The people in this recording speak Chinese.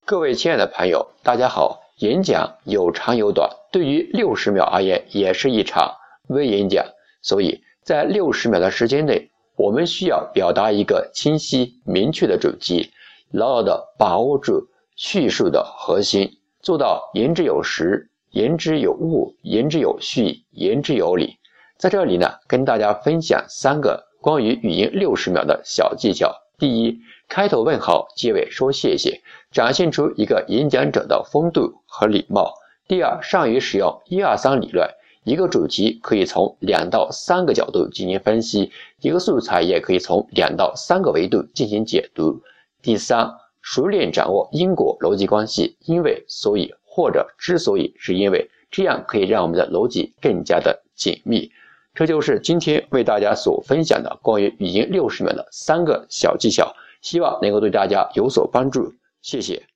各位亲爱的朋友，大家好。演讲有长有短，对于60秒而言也是一场微演讲，所以在60秒的时间内，我们需要表达一个清晰明确的主题，牢牢地把握住叙述的核心，做到言之有实，言之有物，言之有序，言之有理。在这里呢，跟大家分享3个关于语音60秒的小技巧。第一，开头问好，结尾说谢谢，展现出一个演讲者的风度和礼貌。第二，善于使用123理论，一个主题可以从2到3个角度进行分析，一个素材也可以从2到3个维度进行解读。第三，熟练掌握因果逻辑关系，因为、所以或者之所以是因为，这样可以让我们的逻辑更加的紧密。这就是今天为大家所分享的关于语音60秒的3个小技巧，希望能够对大家有所帮助，谢谢。